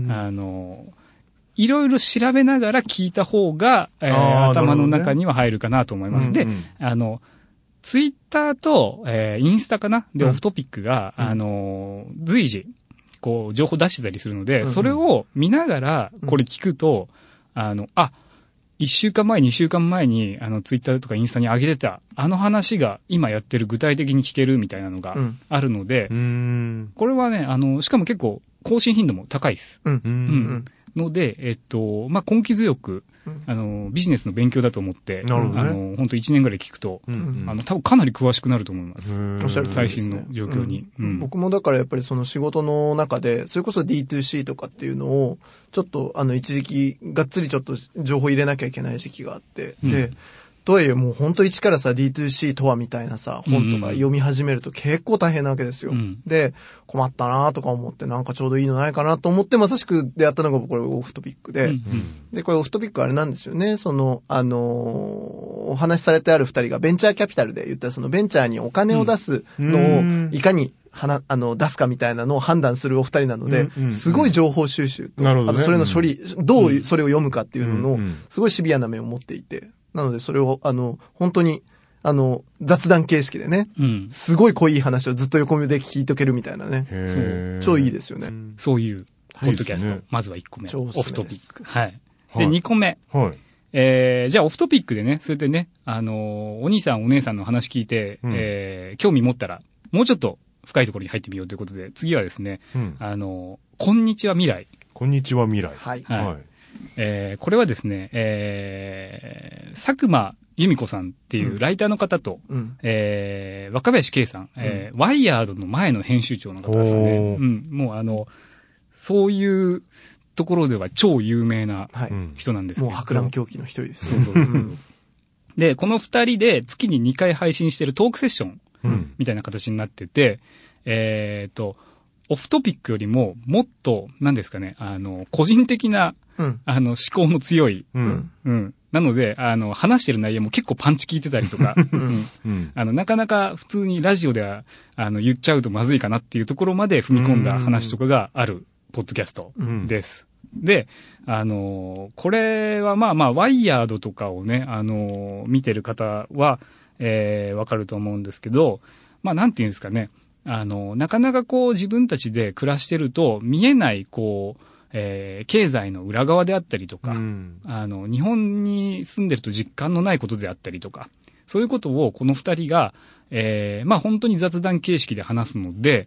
Speaker 5: いろいろ調べながら聞いた方が、頭の中には入るかなと思います。で、ツイッターと、インスタかなで、オフトピックが、随時、こう、情報出してたりするので、それを見ながら、これ聞くと、1週間前、2週間前に、ツイッターとかインスタに上げてた、話が今やってる具体的に聞けるみたいなのがあるので、これはね、しかも結構、更新頻度も高いです。ので、根気強く、ビジネスの勉強だと思って、本当1年ぐらい聞くと、多分かなり詳しくなると思います。
Speaker 4: おっしゃる
Speaker 5: 最新の状況に。
Speaker 4: 僕もだからやっぱりその仕事の中で、それこそ D2C とかっていうのを、ちょっと一時期、がっつりちょっと情報入れなきゃいけない時期があって、で、とはいえもう本当一からさ D2C とはみたいなさ本とか読み始めると結構大変なわけですよ。で、困ったなとか思ってなんかちょうどいいのないかなと思ってまさしく出会ったのがこれオフトピックで、で、これオフトピックあれなんですよね。お話しされてある二人がベンチャーキャピタルで言ったらそのベンチャーにお金を出すのをいかに出すかみたいなのを判断するお二人なので、すごい情報収集と、あとそれの処理、どうそれを読むかっていうのの、すごいシビアな目を持っていて、なのでそれを、本当に、雑談形式でね、すごい濃い話をずっと横目で聞いとけるみたいなね。超いいですよね。
Speaker 5: そういう、ポッドキャスト。まずは1個目。オフトピック。はい。で、2個目。じゃあオフトピックでね、そうやってね、お兄さんお姉さんの話聞いて、興味持ったら、もうちょっと深いところに入ってみようということで、次はですね、こんにちは未来。
Speaker 3: こんにちは未来。
Speaker 4: はい。
Speaker 5: これはですね、佐久間由美子さんっていうライターの方と、若林圭さん、ワイヤードの前の編集長の方ですね。もうそういうところでは超有名な人なんですけど、
Speaker 4: もう博覧狂気の一人です。
Speaker 5: で、この二人で月に2回配信してるトークセッションみたいな形になってて、オフトピックよりももっと、何ですかね、個人的な、思考の強い、なので、話してる内容も結構パンチ効いてたりとか、なかなか普通にラジオでは、言っちゃうとまずいかなっていうところまで踏み込んだ話とかがある、ポッドキャストです。で、これはワイヤードとかをね、見てる方は、わかると思うんですけど、なんていうんですかね、なかなかこう自分たちで暮らしてると見えないこう、経済の裏側であったりとか、日本に住んでると実感のないことであったりとか、そういうことをこの二人が、本当に雑談形式で話すので、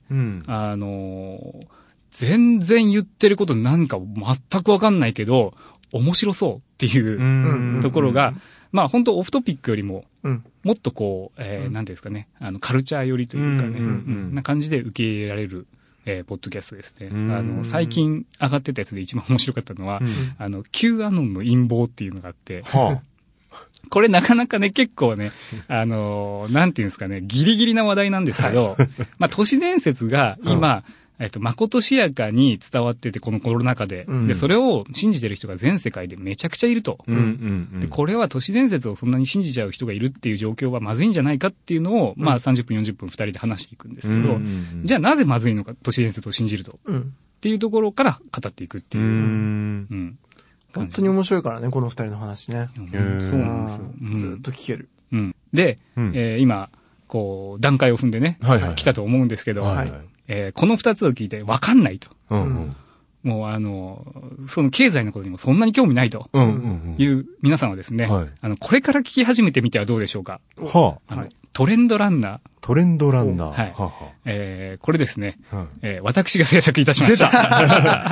Speaker 5: 全然言ってることなんか全くわかんないけど、面白そうっていうところが、本当オフトピックよりも、もっとこう、なんていうんですかね、カルチャー寄りというかね、な感じで受け入れられる、ポッドキャストですね。最近上がってたやつで一番面白かったのは、Q アノンの陰謀っていうのがあって、これなかなかね、結構ね、なんていうんですかね、ギリギリな話題なんですけど、都市伝説が今、 まことしやかに伝わってて、このコロナ禍で。で、それを信じてる人が全世界でめちゃくちゃいると。で、これは都市伝説をそんなに信じちゃう人がいるっていう状況はまずいんじゃないかっていうのを、まあ30分、40分2人で話していくんですけど、じゃあなぜまずいのか、都市伝説を信じると。っていうところから語っていくっていう。
Speaker 6: 本当に面白いからね、この2人の話ね。
Speaker 5: そうなんですよ。
Speaker 6: ずっと聞ける。
Speaker 5: で、今、こう、段階を踏んでね、来たと思うんですけど、この2つを聞いて分かんないと。もうその経済のことにもそんなに興味ないという皆さんはですね、これから聞き始めてみてはどうでしょうか。トレンドランナー。
Speaker 3: トレンドランナー。
Speaker 5: はい。これですね、私が制作いたしました。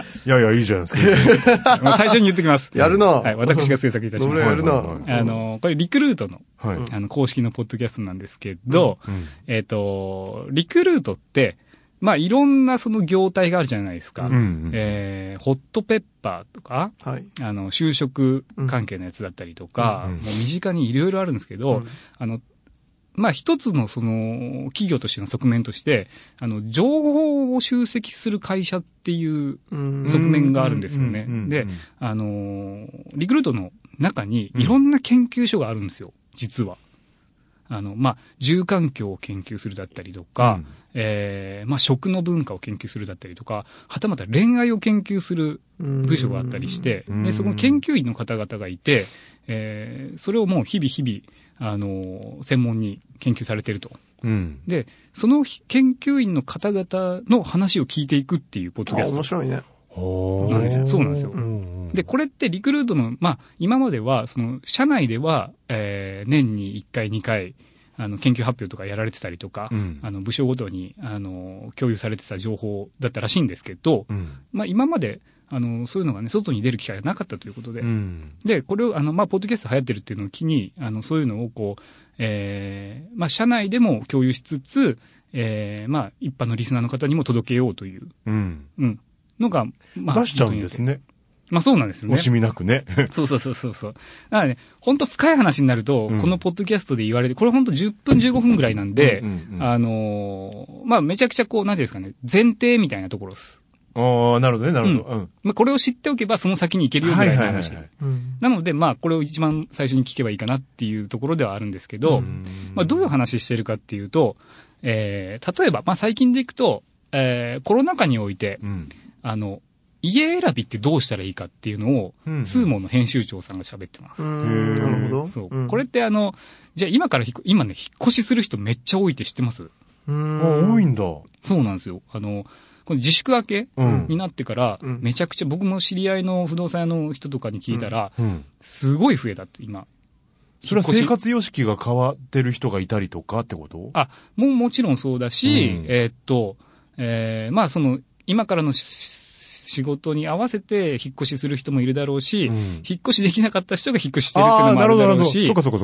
Speaker 3: いやいや、いいじゃないですか。
Speaker 5: 最初に言ってきます。
Speaker 6: やるな。
Speaker 5: はい、私が制作いたしました。
Speaker 6: やるな。
Speaker 5: これリクルートの、公式のポッドキャストなんですけど、リクルートって、まあ、いろんなその業態があるじゃないですか。ホットペッパーとか、就職関係のやつだったりとか、もう身近にいろいろあるんですけど、まあ、一つのその企業としての側面として、情報を集積する会社っていう側面があるんですよね。で、リクルートの中にいろんな研究所があるんですよ、実は。まあ、住環境を研究するだったりとか、まあ、食の文化を研究するだったりとか、はたまた恋愛を研究する部署があったりして、で、そこの研究員の方々がいて、それをもう日々、専門に研究されていると。で、その研究員の方々の話を聞いていくっていうポッドキャスト。
Speaker 6: 面白いね。
Speaker 5: なんですよ。そうなんですよ。で、これってリクルートの、まあ、今までは、社内では、年に1回、2回、研究発表とかやられてたりとか、部署ごとに、共有されてた情報だったらしいんですけど、まあ、今まで、そういうのがね、外に出る機会がなかったということで、で、これを、まあ、ポッドキャスト流行ってるっていうのを機に、そういうのをこう、まあ、社内でも共有しつつ、まあ、一般のリスナーの方にも届けようという、のが、まあ、
Speaker 3: 出しちゃうんですね。
Speaker 5: まあそうなんですよね。
Speaker 3: 惜しみなくね。
Speaker 5: そう。だからね、本当深い話になると、このポッドキャストで言われて、これ本当10分15分ぐらいなんで、まあめちゃくちゃこう、なんていうんですかね、前提みたいなところです。
Speaker 3: ああ、なるほどね、なるほど。
Speaker 5: まあこれを知っておけばその先に行けるよぐらいの話。なので、まあこれを一番最初に聞けばいいかなっていうところではあるんですけど、まあどういう話してるかっていうと、例えば、まあ最近でいくと、コロナ禍において、家選びってどうしたらいいかっていうのを、スーモの編集長さんが喋ってます。
Speaker 6: なるほど。
Speaker 5: そう。これってじゃあ今ね、引っ越しする人めっちゃ多いって知ってます？
Speaker 3: 多いんだ。
Speaker 5: そうなんですよ。この自粛明けになってから、めちゃくちゃ僕も知り合いの不動産屋の人とかに聞いたら、すごい増えたって今。
Speaker 3: それは生活様式が変わってる人がいたりとかってこと？
Speaker 5: もちろんそうだし、まあ今からの仕事に合わせて引っ越しする人もいるだろうし、引っ越しできなかった人が引っ越ししてるっていうのもあるだろうし。
Speaker 3: そうか。そう。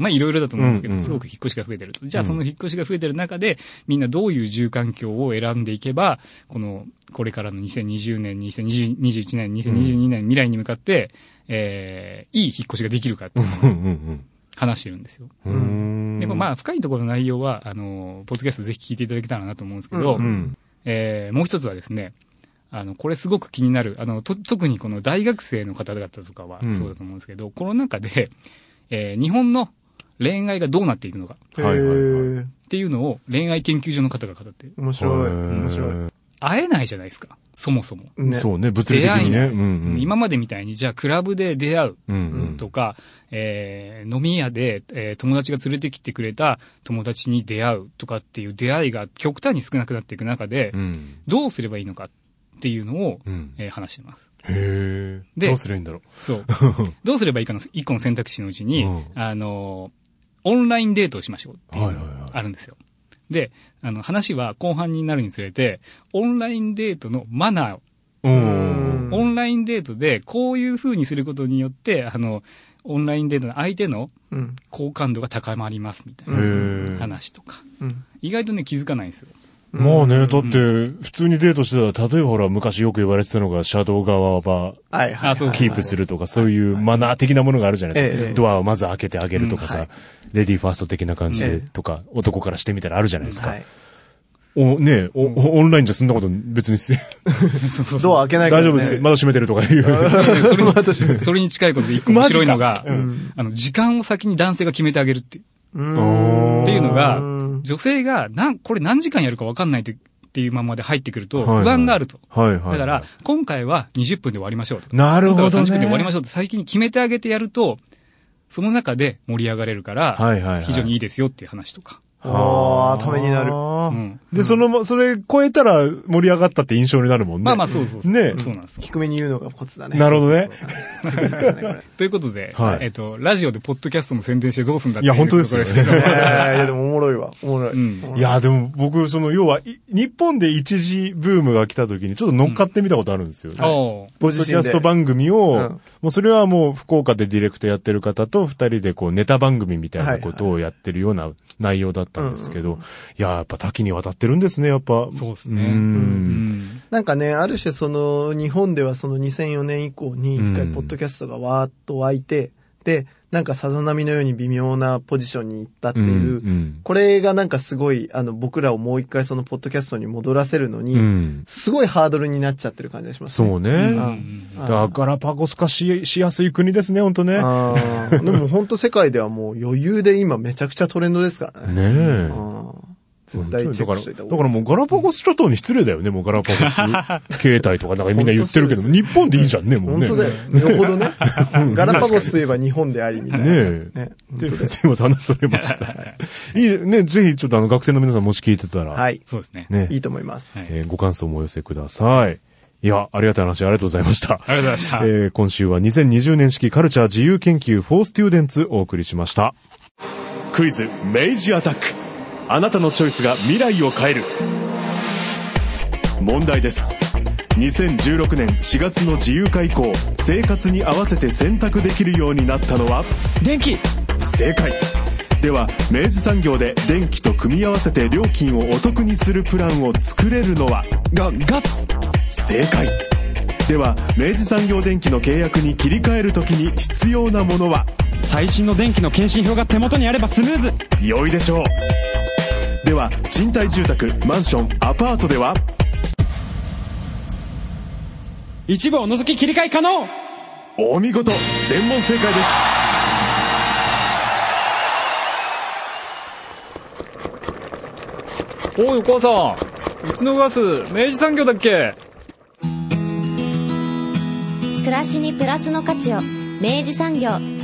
Speaker 5: まあいろいろだと思うんですけど、すごく引っ越しが増えてると。じゃあその引っ越しが増えてる中で、みんなどういう住環境を選んでいけば、これからの2020年、2021年、2022年未来に向かって、いい引っ越しができるかっていうのを話してるんですよ。でもまあ深いところの内容は、ポッドキャストぜひ聞いていただけたらなと思うんですけど、もう一つはですね、これすごく気になる、特にこの大学生の方々とかはそうだと思うんですけど、コロナ禍で、日本の恋愛がどうなっていくのか。っていうのを恋愛研究所の方が語ってる。
Speaker 6: 面白い。
Speaker 5: 会えないじゃないですか、そもそも。
Speaker 3: そうね、物理的にね。
Speaker 5: 今までみたいに、じゃあクラブで出会うとか、飲み屋で、友達が連れてきてくれた友達に出会うとかっていう出会いが極端に少なくなっていく中で、どうすればいいのかっていうのを、話してます。
Speaker 3: へー。どうすればいいんだろう。
Speaker 5: そう。どうすればいいかの一個の選択肢のうちに、オンラインデートをしましょうっていうのがあるんですよ。で、話は後半になるにつれて、オンラインデートのマナーを、オンラインデートでこういう風にすることによって、オンラインデートの相手の好感度が高まりますみたいな話とか。意外とね、気づかないんですよ。
Speaker 3: まあね、だって、普通にデートしてたら、例えばほら、昔よく言われてたのが、車道側は、キープするとか、そういうマナー的なものがあるじゃないですか。ドアをまず開けてあげるとかさ、レディーファースト的な感じで、とか、男からしてみたらあるじゃないですか。 オンラインじゃそんなこと別に
Speaker 6: ドア開けないからね。
Speaker 3: 大丈夫ですよ。窓閉めてるとかいう。
Speaker 5: それに近いことで一個面白いのが、時間を先に男性が決めてあげるっていう。っていうのが、女性が、これ何時間やるか分かんないっていうままで入ってくると、不安があると。だから、今回は20分で終わりましょうと。
Speaker 3: なるほどね。
Speaker 5: 今回は30分で終わりましょうって先に決めてあげてやると、その中で盛り上がれるから、非常にいいですよっていう話とか。
Speaker 6: ためになる。
Speaker 3: で、それ超えたら盛り上がったって印象になるもんね。
Speaker 5: まあまあ、そうそう。
Speaker 3: ね。
Speaker 5: そうなんですよ。
Speaker 6: 低めに言うのがコツだね。
Speaker 3: なるほどね。
Speaker 5: ということで、ラジオでポッドキャストの宣伝してどうすんだって
Speaker 3: いや、本当ですよ。
Speaker 6: いや、でもおもろいわ。おもろい。
Speaker 3: いや、でも僕、要は、日本で一時ブームが来た時にちょっと乗っかってみたことあるんですよ。ポッドキャスト番組を、もうそれはもう福岡でディレクトやってる方と二人でネタ番組みたいなことをやってるような内容だったんですけど、いや、やっぱ多岐にわたってるんですね、やっぱ。
Speaker 5: そうですね。
Speaker 6: なんかね、ある種日本では2004年以降に一回ポッドキャストがわーっと湧いて、で、なんかさざ波のように微妙なポジションに行ったっていう、これがなんかすごい、僕らをもう一回ポッドキャストに戻らせるのに、すごいハードルになっちゃってる感じがしますね。
Speaker 3: そうね。だからガラパゴス化しやすい国ですね、ほんとね。
Speaker 6: でもほんと世界ではもう余裕で今めちゃくちゃトレンドですからね。
Speaker 3: ねえ。
Speaker 6: 絶対チェックしといた方がいい。
Speaker 3: だからもうガラパゴス諸島に失礼だよね、もうガラパゴス携帯とかなんかみんな言ってるけど、日本でいいじゃんね、もうね。
Speaker 6: 本当だよ。よほどね。ガラパゴスといえば日本でありみたいな。
Speaker 3: ねえ。すいません、話それました。いいね、ぜひちょっと学生の皆さんもし聞いてたら。
Speaker 6: はい。
Speaker 5: そうですね。
Speaker 6: いいと思います。
Speaker 3: ご感想もお寄せください。いや、ありがたい話ありがとうございました。
Speaker 5: ありがとうございました。
Speaker 3: 今週は2020年式カルチャー自由研究4スチューデンツお送りしました。クイズ、明治アタック。あなたのチョイスが未来を変える。問題です。2016年4月の自由化以降、生活に合わせて選択できるようになったのは
Speaker 2: 電気。
Speaker 3: 正解。では明治産業で電気と組み合わせて料金をお得にするプランを作れるのは
Speaker 2: ガス。
Speaker 3: 正解。では明治産業電機の契約に切り替えるときに必要なものは
Speaker 2: 最新の電気の検針票が手元にあればスムーズ。
Speaker 3: 良いでしょう。では賃貸住宅、マンション、アパートでは
Speaker 2: 一部を除き切り替え可能。
Speaker 3: お見事、全問正解です。
Speaker 5: おいお母さん、うちのガス明治産業だっけ？
Speaker 7: 暮らしにプラスの価値を、明治産業。